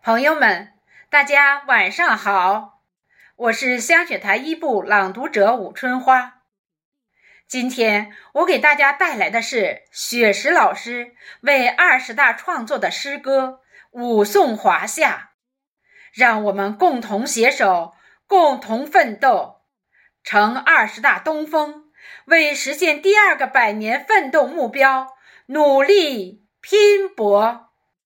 朋友们，大家晚上好，我是香雪台一部朗读者武春花。今天我给大家带来的是雪石老师为20大创作的诗歌《舞颂华夏》，让我们共同携手，共同奋斗，乘20大东风，为实现第2个百年奋斗目标努力拼搏。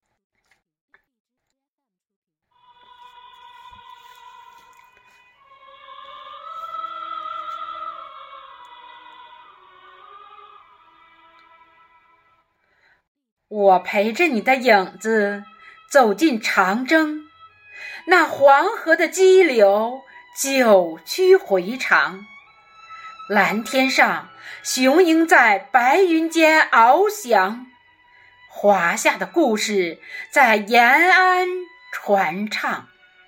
我陪着你的影子走进长征，那黄河的激流9曲回肠。蓝天上雄鹰在白云间翱翔，华夏的故事在延安传唱。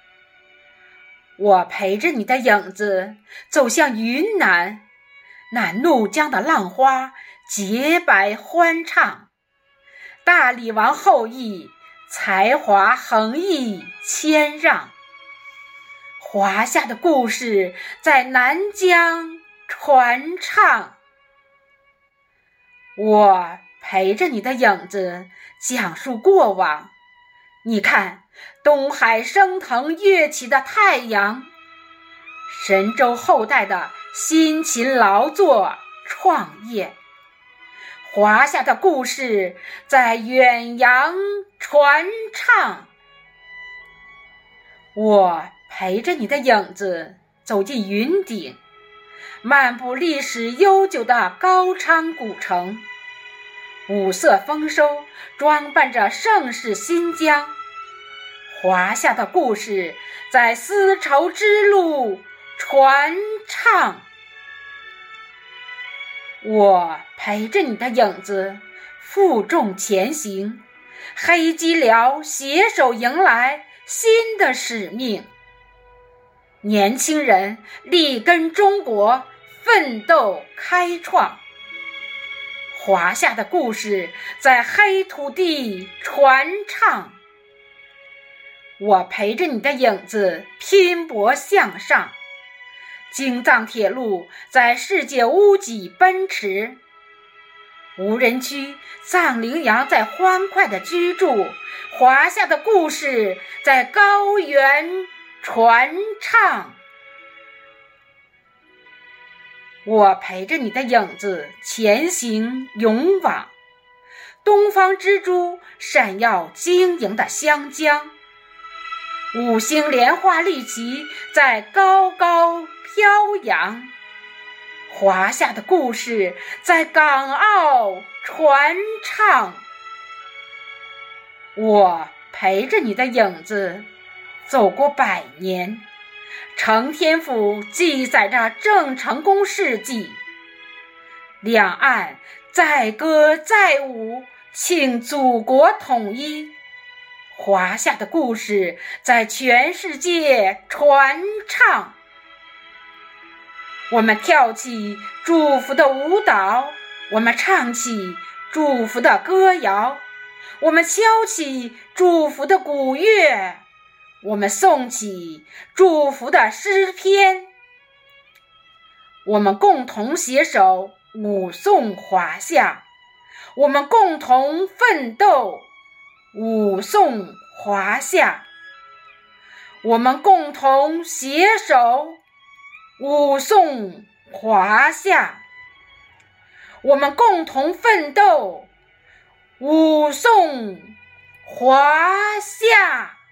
我陪着你的影子走向云南，那怒江的浪花洁白欢唱。大理王后裔才华横溢谦让，华夏的故事在南疆传唱。我陪着你的影子讲述过往，你看东海升腾跃起的太阳，神州后代的辛勤劳作创业，华夏的故事在远洋传唱。我陪着你的影子走进云顶，漫步历史悠久的高昌古城，五色丰收装扮着盛世新疆。华夏的故事在丝绸之路传唱。我陪着你的影子负重前行，黑吉辽携手迎来新的使命。年轻人力跟中国奋斗开创，华夏的故事在黑土地传唱。我陪着你的影子拼搏向上，京藏铁路在世界屋脊奔驰，无人区藏羚羊在欢快地居住，华夏的故事在高原传唱。我陪着你的影子前行勇往，东方之珠闪耀晶莹的湘江，5星莲花绿旗在高高飘扬，华夏的故事在港澳传唱。我陪着你的影子走过100年，承天府记载着郑成功事迹，两岸载歌载舞庆祖国统一，华夏的故事在全世界传唱。我们跳起祝福的舞蹈，我们唱起祝福的歌谣，我们敲起祝福的鼓乐，我们诵起祝福的诗篇。我们共同携手舞颂华夏，我们共同奋斗舞颂华夏，我们共同携手舞颂华夏，我们共同奋斗舞颂华夏。